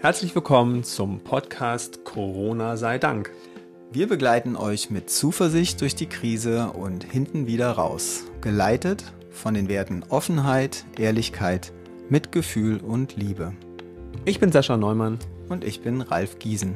Herzlich willkommen zum Podcast Corona sei Dank. Wir begleiten euch mit Zuversicht durch die Krise und hinten wieder raus. Geleitet von den Werten Offenheit, Ehrlichkeit, Mitgefühl und Liebe. Ich bin Sascha Neumann. Und ich bin Ralf Giesen.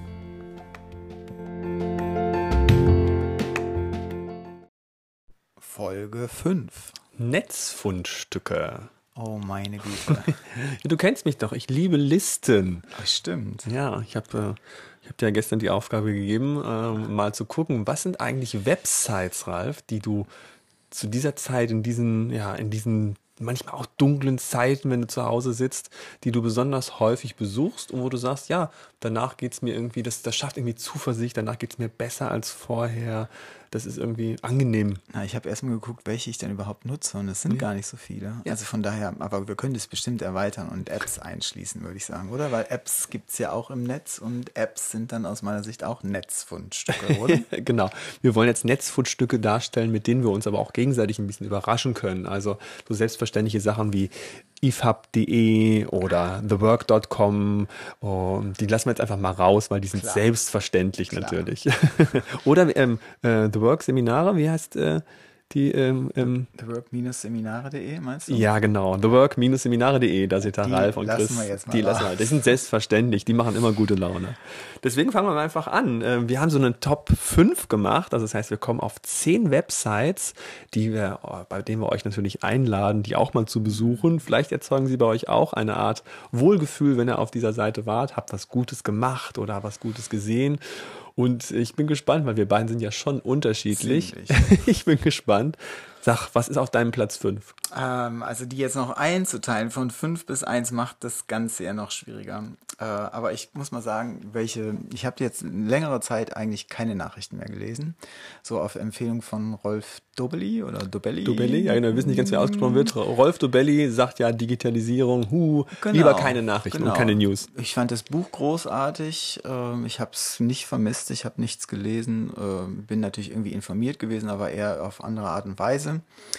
Folge 5. Netzfundstücke. Oh meine Güte. Du kennst mich doch, ich liebe Listen. Das stimmt. Ja, ich hab dir ja gestern die Aufgabe gegeben, mal zu gucken, was sind eigentlich Websites, Ralf, die du zu dieser Zeit, in diesen manchmal auch dunklen Zeiten, wenn du zu Hause sitzt, die du besonders häufig besuchst und wo du sagst, ja, danach geht's mir irgendwie, das schafft irgendwie Zuversicht, danach geht's mir besser als vorher. Das ist irgendwie angenehm. Na, ich habe erstmal geguckt, welche ich denn überhaupt nutze und es sind gar nicht so viele. Ja. Also von daher, aber wir können das bestimmt erweitern und Apps einschließen, würde ich sagen, oder? Weil Apps gibt es ja auch im Netz und Apps sind dann aus meiner Sicht auch Netzfundstücke, oder? Genau. Wir wollen jetzt Netzfundstücke darstellen, mit denen wir uns aber auch gegenseitig ein bisschen überraschen können. Also so selbstverständliche Sachen wie ifab.de oder thework.com, die lassen wir jetzt einfach mal raus, weil die sind selbstverständlich natürlich. Oder The Work Seminare, wie heißt die? TheWork-Seminare.de, meinst du? Ja, genau. TheWork-Seminare.de, da sind da Ralf und Chris. Die lassen wir. Das sind selbstverständlich, die machen immer gute Laune. Deswegen fangen wir mal einfach an. Wir haben so eine Top 5 gemacht, also das heißt, wir kommen auf 10 Websites, bei denen wir euch natürlich einladen, die auch mal zu besuchen. Vielleicht erzeugen sie bei euch auch eine Art Wohlgefühl, wenn ihr auf dieser Seite wart, habt was Gutes gemacht oder was Gutes gesehen. Und ich bin gespannt, weil wir beiden sind ja schon unterschiedlich. Ich bin gespannt. Sag, was ist auf deinem Platz 5? Also die jetzt noch einzuteilen von 5 bis 1 macht das Ganze ja noch schwieriger. Aber ich muss mal sagen, ich habe jetzt längere Zeit eigentlich keine Nachrichten mehr gelesen. So auf Empfehlung von Rolf Dobelli oder Dobelli. Dobelli, ja genau, wir wissen nicht ganz, wie ausgesprochen wird. Rolf Dobelli sagt ja Digitalisierung, genau, lieber keine Nachrichten und keine News. Ich fand das Buch großartig. Ich habe es nicht vermisst, ich habe nichts gelesen. Bin natürlich irgendwie informiert gewesen, aber eher auf andere Art und Weise.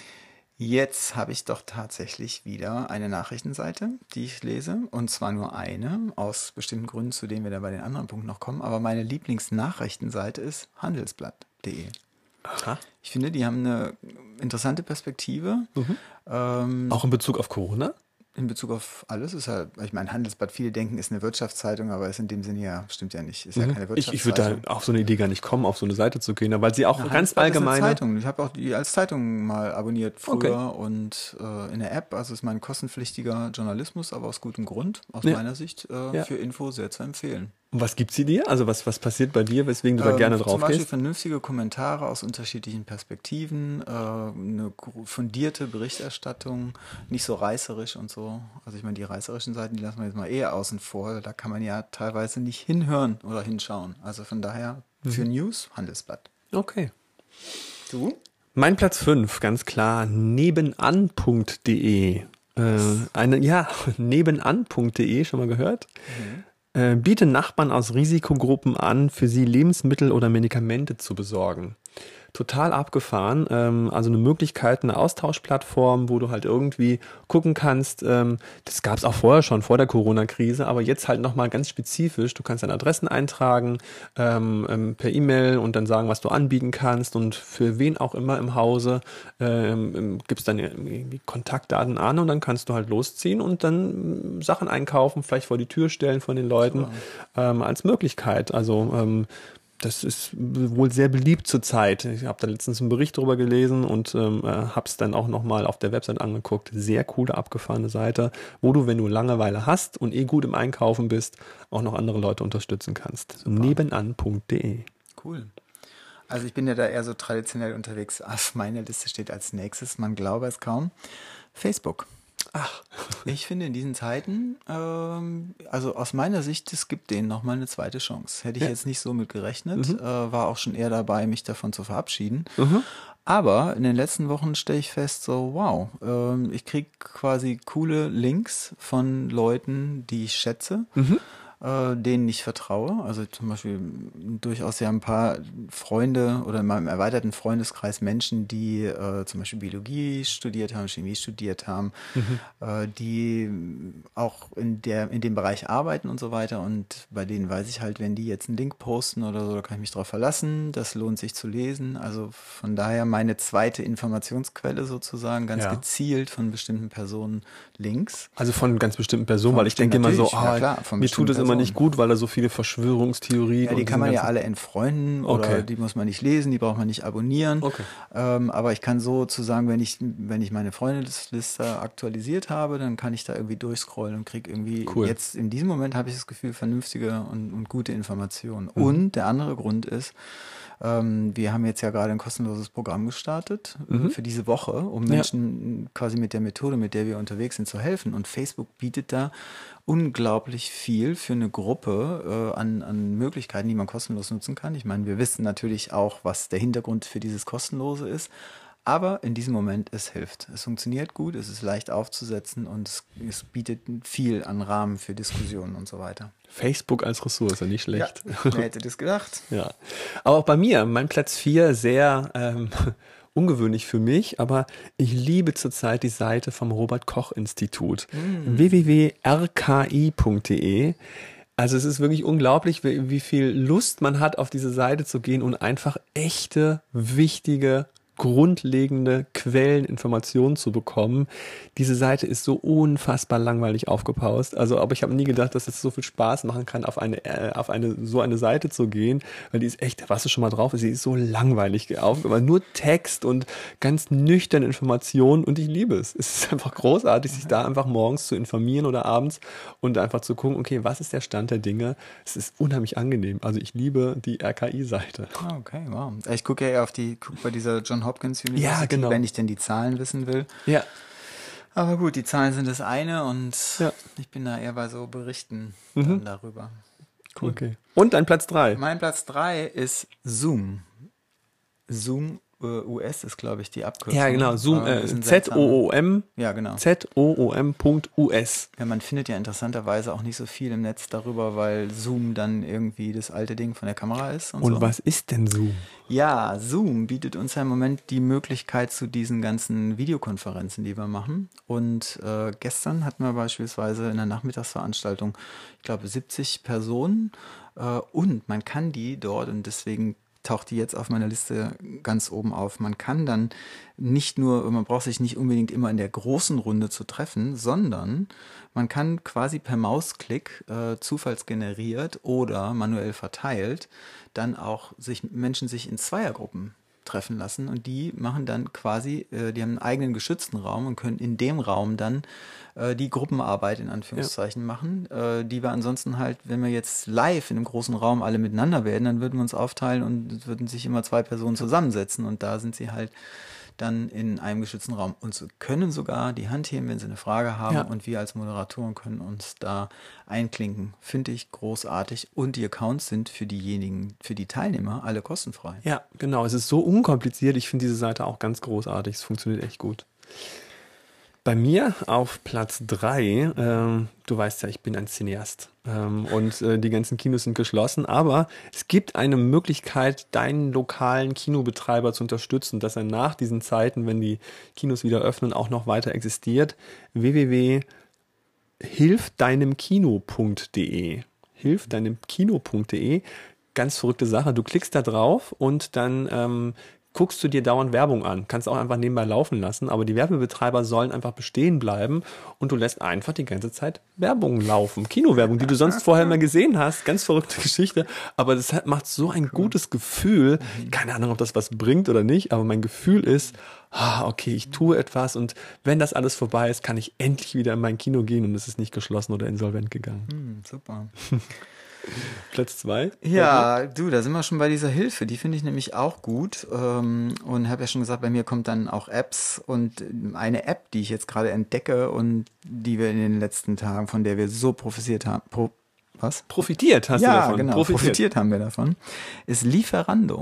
Jetzt habe ich doch tatsächlich wieder eine Nachrichtenseite, die ich lese. Und zwar nur eine, aus bestimmten Gründen, zu denen wir dann bei den anderen Punkten noch kommen. Aber meine Lieblingsnachrichtenseite ist handelsblatt.de. Aha. Ich finde, die haben eine interessante Perspektive. Auch in Bezug auf Corona? In Bezug auf alles ist halt, ich meine, Handelsblatt, viele denken, ist eine Wirtschaftszeitung, aber ist in dem Sinne ja, stimmt ja nicht, ist ja keine Wirtschaftszeitung. Ich würde da auf so eine Idee gar nicht kommen, auf so eine Seite zu gehen, weil sie auch ganz allgemein. Zeitung. Ich habe auch die als Zeitung mal abonniert früher und in der App, also ist mein kostenpflichtiger Journalismus, aber aus gutem Grund, aus meiner Sicht, für Info sehr zu empfehlen. Und was gibt sie dir? Also was passiert bei dir, weswegen du da gerne drauf gehst? Zum Beispiel vernünftige Kommentare aus unterschiedlichen Perspektiven, eine fundierte Berichterstattung, nicht so reißerisch und so. Also ich meine, die reißerischen Seiten, die lassen wir jetzt mal eher außen vor. Da kann man ja teilweise nicht hinhören oder hinschauen. Also von daher für News, Handelsblatt. Okay. Du? Mein Platz 5, ganz klar, nebenan.de. Nebenan.de, schon mal gehört? Biete Nachbarn aus Risikogruppen an, für sie Lebensmittel oder Medikamente zu besorgen. Total abgefahren, also eine Möglichkeit, eine Austauschplattform, wo du halt irgendwie gucken kannst, das gab es auch vorher schon, vor der Corona-Krise, aber jetzt halt nochmal ganz spezifisch, du kannst deine Adressen eintragen, per E-Mail und dann sagen, was du anbieten kannst und für wen auch immer im Hause gibst dann irgendwie Kontaktdaten an und dann kannst du halt losziehen und dann Sachen einkaufen, vielleicht vor die Tür stellen von den Leuten, als Möglichkeit, also das ist wohl sehr beliebt zurzeit. Ich habe da letztens einen Bericht drüber gelesen und habe es dann auch nochmal auf der Website angeguckt. Sehr coole, abgefahrene Seite, wo du, wenn du Langeweile hast und gut im Einkaufen bist, auch noch andere Leute unterstützen kannst. Nebenan.de. Cool. Also ich bin ja da eher so traditionell unterwegs. Auf meiner Liste steht als nächstes, man glaube es kaum, Facebook. Ach. Ich finde in diesen Zeiten, also aus meiner Sicht, es gibt denen nochmal eine zweite Chance. Hätte ich jetzt nicht so mit gerechnet, war auch schon eher dabei, mich davon zu verabschieden. Aber in den letzten Wochen stelle ich fest, so wow, ich kriege quasi coole Links von Leuten, die ich schätze. denen ich vertraue. Also zum Beispiel durchaus ja ein paar Freunde oder in meinem erweiterten Freundeskreis Menschen, die zum Beispiel Biologie studiert haben, Chemie studiert haben, die auch in dem Bereich arbeiten und so weiter. Und bei denen weiß ich halt, wenn die jetzt einen Link posten oder so, da kann ich mich drauf verlassen. Das lohnt sich zu lesen. Also von daher meine zweite Informationsquelle sozusagen, ganz gezielt von bestimmten Personen Links. Also von ganz bestimmten Personen, weil ich denke immer so, mir tut es immer nicht gut, weil da so viele Verschwörungstheorien. Ja, die kann man ja alle entfreunden oder die muss man nicht lesen, die braucht man nicht abonnieren. Okay. Aber ich kann sozusagen, wenn ich meine Freundesliste aktualisiert habe, dann kann ich da irgendwie durchscrollen und kriege irgendwie jetzt in diesem Moment habe ich das Gefühl, vernünftige und gute Informationen. Und der andere Grund ist, wir haben jetzt ja gerade ein kostenloses Programm gestartet für diese Woche, um Menschen quasi mit der Methode, mit der wir unterwegs sind, zu helfen. Und Facebook bietet da unglaublich viel für eine Gruppe an Möglichkeiten, die man kostenlos nutzen kann. Ich meine, wir wissen natürlich auch, was der Hintergrund für dieses Kostenlose ist. Aber in diesem Moment, es hilft. Es funktioniert gut, es ist leicht aufzusetzen und es bietet viel an Rahmen für Diskussionen und so weiter. Facebook als Ressource, nicht schlecht. Ja, wer hätte das gedacht? Ja, aber auch bei mir, mein Platz 4, sehr ungewöhnlich für mich, aber ich liebe zurzeit die Seite vom Robert-Koch-Institut, www.rki.de. Also es ist wirklich unglaublich, wie viel Lust man hat, auf diese Seite zu gehen und einfach echte, wichtige, grundlegende Quellen, Informationen zu bekommen. Diese Seite ist so unfassbar langweilig aufgepaust. Also, aber ich habe nie gedacht, dass es so viel Spaß machen kann, auf so eine Seite zu gehen, weil die ist echt, was du schon mal drauf ist, sie ist so langweilig aber nur Text und ganz nüchterne Informationen und ich liebe es. Es ist einfach großartig, sich da einfach morgens zu informieren oder abends und einfach zu gucken, okay, was ist der Stand der Dinge? Es ist unheimlich angenehm. Also ich liebe die RKI-Seite. Okay, wow. Ich gucke ja bei dieser John Hopkins University, wenn ich denn die Zahlen wissen will. Ja. Aber gut, die Zahlen sind das eine und ich bin da eher bei so Berichten dann darüber. Cool. Okay. Und dein Platz 3? Mein Platz 3 ist Zoom. Zoom US ist, glaube ich, die Abkürzung. Ja, genau. Zoom, ZOOM. Ja, genau. ZOOM.us. Ja, man findet ja interessanterweise auch nicht so viel im Netz darüber, weil Zoom dann irgendwie das alte Ding von der Kamera ist. Und so. Was ist denn Zoom? Ja, Zoom bietet uns ja im Moment die Möglichkeit zu diesen ganzen Videokonferenzen, die wir machen. Und gestern hatten wir beispielsweise in der Nachmittagsveranstaltung, ich glaube, 70 Personen. Und man kann die dort, und deswegen taucht die jetzt auf meiner Liste ganz oben auf. Man kann dann man braucht sich nicht unbedingt immer in der großen Runde zu treffen, sondern man kann quasi per Mausklick zufallsgeneriert oder manuell verteilt dann auch Menschen sich in Zweiergruppen treffen lassen und die machen dann quasi, die haben einen eigenen geschützten Raum und können in dem Raum dann die Gruppenarbeit in Anführungszeichen machen, die wir ansonsten halt, wenn wir jetzt live in einem großen Raum alle miteinander werden, dann würden wir uns aufteilen und würden sich immer 2 Personen zusammensetzen und da sind sie halt dann in einem geschützten Raum und sie können sogar die Hand heben, wenn sie eine Frage haben und wir als Moderatoren können uns da einklinken. Finde ich großartig und die Accounts sind für die Teilnehmer alle kostenfrei. Ja, genau. Es ist so unkompliziert. Ich finde diese Seite auch ganz großartig. Es funktioniert echt gut. Bei mir auf Platz 3, du weißt ja, ich bin ein Cineast und die ganzen Kinos sind geschlossen, aber es gibt eine Möglichkeit, deinen lokalen Kinobetreiber zu unterstützen, dass er nach diesen Zeiten, wenn die Kinos wieder öffnen, auch noch weiter existiert. www.hilfdeinemkino.de hilfdeinemkino.de. Ganz verrückte Sache. Du klickst da drauf und dann guckst du dir dauernd Werbung an. Kannst auch einfach nebenbei laufen lassen, aber die Werbebetreiber sollen einfach bestehen bleiben und du lässt einfach die ganze Zeit Werbung laufen. Kinowerbung, die du sonst vorher mal gesehen hast. Ganz verrückte Geschichte, aber das macht so ein gutes Gefühl. Keine Ahnung, ob das was bringt oder nicht, aber mein Gefühl ist, okay, ich tue etwas und wenn das alles vorbei ist, kann ich endlich wieder in mein Kino gehen und es ist nicht geschlossen oder insolvent gegangen. Super. Platz 2? Ja, da sind wir schon bei dieser Hilfe. Die finde ich nämlich auch gut. Und habe ja schon gesagt, bei mir kommt dann auch Apps. Und eine App, die ich jetzt gerade entdecke und die wir in den letzten Tagen, von der wir so profitiert haben. Profitiert hast du davon? Ja, genau. Profitiert haben wir davon. Ist Lieferando.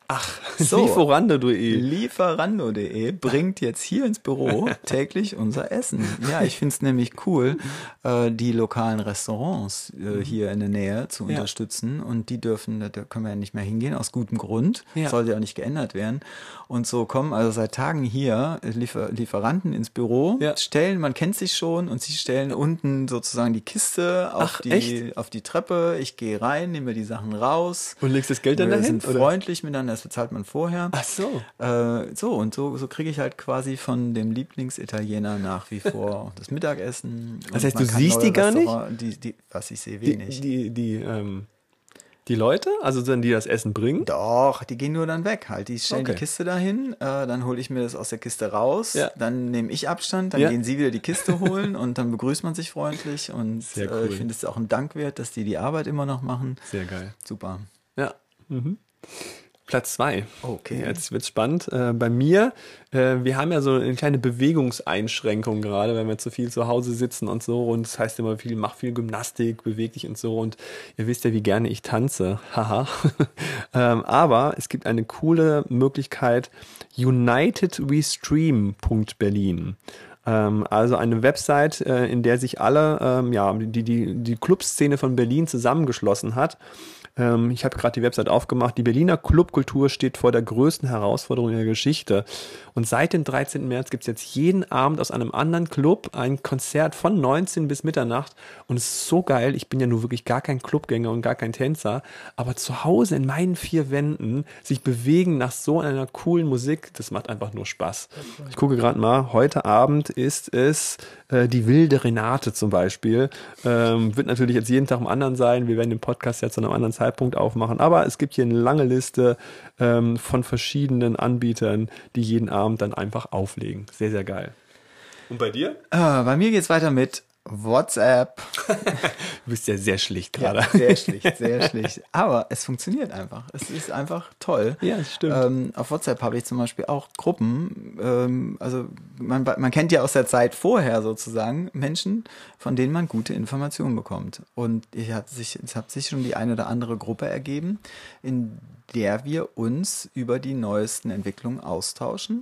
Ach, So. Lieferando.de. Lieferando.de bringt jetzt hier ins Büro täglich unser Essen. Ja, ich finde es nämlich cool, die lokalen Restaurants hier in der Nähe zu unterstützen. Und die dürfen, da können wir ja nicht mehr hingehen, aus gutem Grund. Ja. Sollte ja auch nicht geändert werden. Und so kommen also seit Tagen hier Lieferanten ins Büro, stellen, man kennt sich schon, und sie stellen unten sozusagen die Kiste auf die Treppe. Ich gehe rein, nehme die Sachen raus. Und legst das Geld dann Wir dahin? sind freundlich miteinander, das bezahlt man vorher. Ach so. So kriege ich halt quasi von dem Lieblingsitaliener nach wie vor das Mittagessen. Das Und heißt, man du kann siehst neue die gar nicht? Was ich sehe, wenig. Die Leute, also dann die das Essen bringen? Doch, die gehen nur dann weg halt. Die stellen Okay. die Kiste dahin, dann hole ich mir das aus der Kiste raus, Ja. dann nehme ich Abstand, dann Ja. gehen sie wieder die Kiste holen und dann begrüßt man sich freundlich und Sehr cool. ich finde es auch ein Dank wert, dass die Arbeit immer noch machen. Sehr geil. Super. Ja. Platz 2. Okay. Jetzt wird's spannend. Bei mir, wir haben ja so eine kleine Bewegungseinschränkung gerade, wenn wir zu viel zu Hause sitzen und so. Und das heißt immer mach viel Gymnastik, beweg dich und so. Und ihr wisst ja, wie gerne ich tanze. Haha. Aber es gibt eine coole Möglichkeit, unitedwestream.berlin. Also eine Website, in der sich alle, die Clubszene von Berlin zusammengeschlossen hat. Ich habe gerade die Website aufgemacht. Die Berliner Clubkultur steht vor der größten Herausforderung in der Geschichte. Und seit dem 13. März gibt es jetzt jeden Abend aus einem anderen Club ein Konzert von 19 bis Mitternacht. Und es ist so geil. Ich bin ja nur wirklich gar kein Clubgänger und gar kein Tänzer. Aber zu Hause in meinen 4 Wänden sich bewegen nach so einer coolen Musik, das macht einfach nur Spaß. Ich gucke gerade mal. Heute Abend ist es die wilde Renate zum Beispiel. Wird natürlich jetzt jeden Tag am anderen sein. Wir werden den Podcast jetzt zu einem anderen Zeitpunkt aufmachen. Aber es gibt hier eine lange Liste von verschiedenen Anbietern, die jeden Abend dann einfach auflegen. Sehr, sehr geil. Und bei dir? Bei mir geht's weiter mit WhatsApp. Du bist ja sehr schlicht gerade. Ja, sehr schlicht, sehr schlicht. Aber es funktioniert einfach. Es ist einfach toll. Ja, das stimmt. Auf WhatsApp habe ich zum Beispiel auch Gruppen. Also man kennt ja aus der Zeit vorher sozusagen Menschen, von denen man gute Informationen bekommt. Und es hat sich schon die eine oder andere Gruppe ergeben, in der wir uns über die neuesten Entwicklungen austauschen,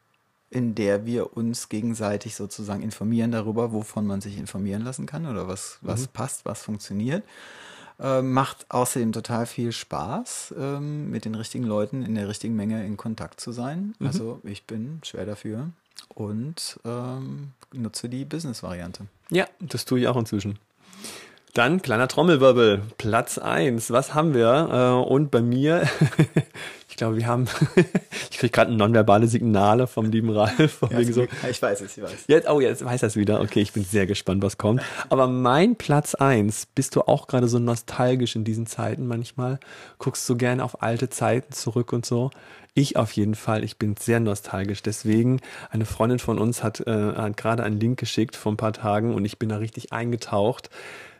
in der wir uns gegenseitig sozusagen informieren darüber, wovon man sich informieren lassen kann oder was passt, was funktioniert. Macht außerdem total viel Spaß, mit den richtigen Leuten in der richtigen Menge in Kontakt zu sein. Also ich bin schwer dafür und nutze die Business-Variante. Ja, das tue ich auch inzwischen. Dann kleiner Trommelwirbel, Platz 1. Was haben wir? Und bei mir, ich glaube, ich kriege gerade nonverbale Signale vom lieben Ralf. Von wegen so, ich weiß es. jetzt weiß das wieder. Okay, ich bin sehr gespannt, was kommt. Aber mein Platz 1, bist du auch gerade so nostalgisch in diesen Zeiten manchmal? Guckst du gerne auf alte Zeiten zurück und so? Ich auf jeden Fall, ich bin sehr nostalgisch. Deswegen, eine Freundin von uns hat gerade einen Link geschickt vor ein paar Tagen und ich bin da richtig eingetaucht.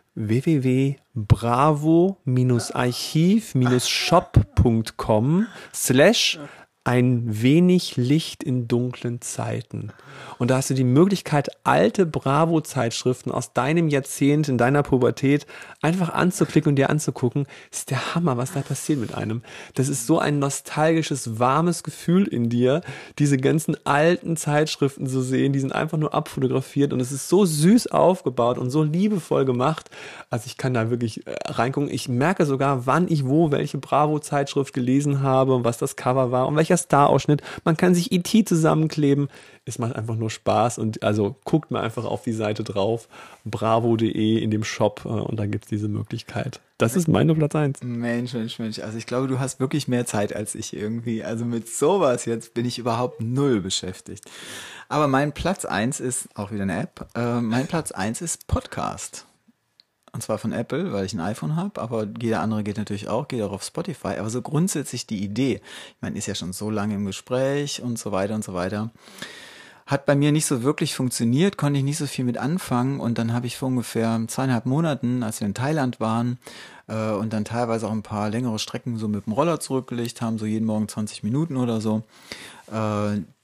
www.bravo-archiv-shop.com/ein wenig Licht in dunklen Zeiten. Und da hast du die Möglichkeit, alte Bravo-Zeitschriften aus deinem Jahrzehnt, in deiner Pubertät einfach anzuklicken und dir anzugucken. Das ist der Hammer, was da passiert mit einem. Das ist so ein nostalgisches, warmes Gefühl in dir, diese ganzen alten Zeitschriften zu sehen. Die sind einfach nur abfotografiert und es ist so süß aufgebaut und so liebevoll gemacht. Also ich kann da wirklich reingucken. Ich merke sogar, wann ich welche Bravo-Zeitschrift gelesen habe und was das Cover war und welcher Star-Ausschnitt. Man kann sich E.T. zusammenkleben. Es macht einfach nur Spaß und also guckt mal einfach auf die Seite drauf, bravo.de in dem Shop und da gibt es diese Möglichkeit. Das ist meine Platz 1. Mensch. Also ich glaube, du hast wirklich mehr Zeit als ich irgendwie. Also mit sowas jetzt bin ich überhaupt null beschäftigt. Aber mein Platz 1 ist, auch wieder eine App, mein Platz 1 ist Podcast. Und zwar von Apple, weil ich ein iPhone habe, aber jeder andere geht natürlich auch, geht auch auf Spotify. Aber so grundsätzlich die Idee, ich meine, ist ja schon so lange im Gespräch und so weiter, hat bei mir nicht so wirklich funktioniert, konnte ich nicht so viel mit anfangen und dann habe ich vor ungefähr 2,5 Monaten, als wir in Thailand waren und dann teilweise auch ein paar längere Strecken so mit dem Roller zurückgelegt haben, so jeden Morgen 20 Minuten oder so,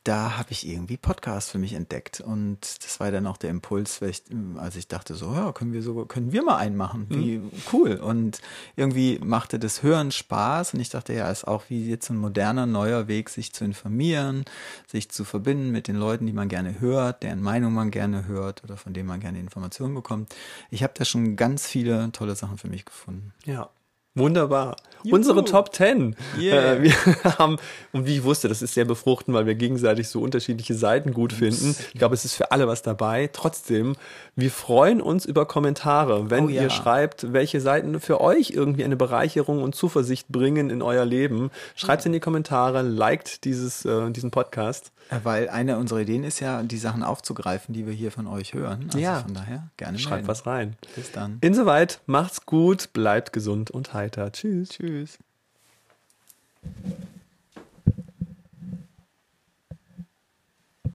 da habe ich irgendwie Podcast für mich entdeckt. Und das war dann auch der Impuls, als ich dachte so, ja, können wir mal einen machen. Wie cool. Und irgendwie machte das Hören Spaß. Und ich dachte, ja, ist auch wie jetzt ein moderner, neuer Weg, sich zu informieren, sich zu verbinden mit den Leuten, die man gerne hört, deren Meinung man gerne hört oder von denen man gerne Informationen bekommt. Ich habe da schon ganz viele tolle Sachen für mich gefunden. Ja. Wunderbar. Juhu. Unsere Top 10. Yeah. Wir haben, und wie ich wusste, das ist sehr befruchtend, weil wir gegenseitig so unterschiedliche Seiten gut finden. Ich glaube, es ist für alle was dabei. Trotzdem, wir freuen uns über Kommentare, wenn ihr schreibt, welche Seiten für euch irgendwie eine Bereicherung und Zuversicht bringen in euer Leben. Schreibt es in die Kommentare, liked diesen Podcast. Weil eine unserer Ideen ist ja, die Sachen aufzugreifen, die wir hier von euch hören. Also von daher gerne schreibt melden. was rein. Bis dann. Insoweit, macht's gut, bleibt gesund und heiter. Tschüss. Tschüss.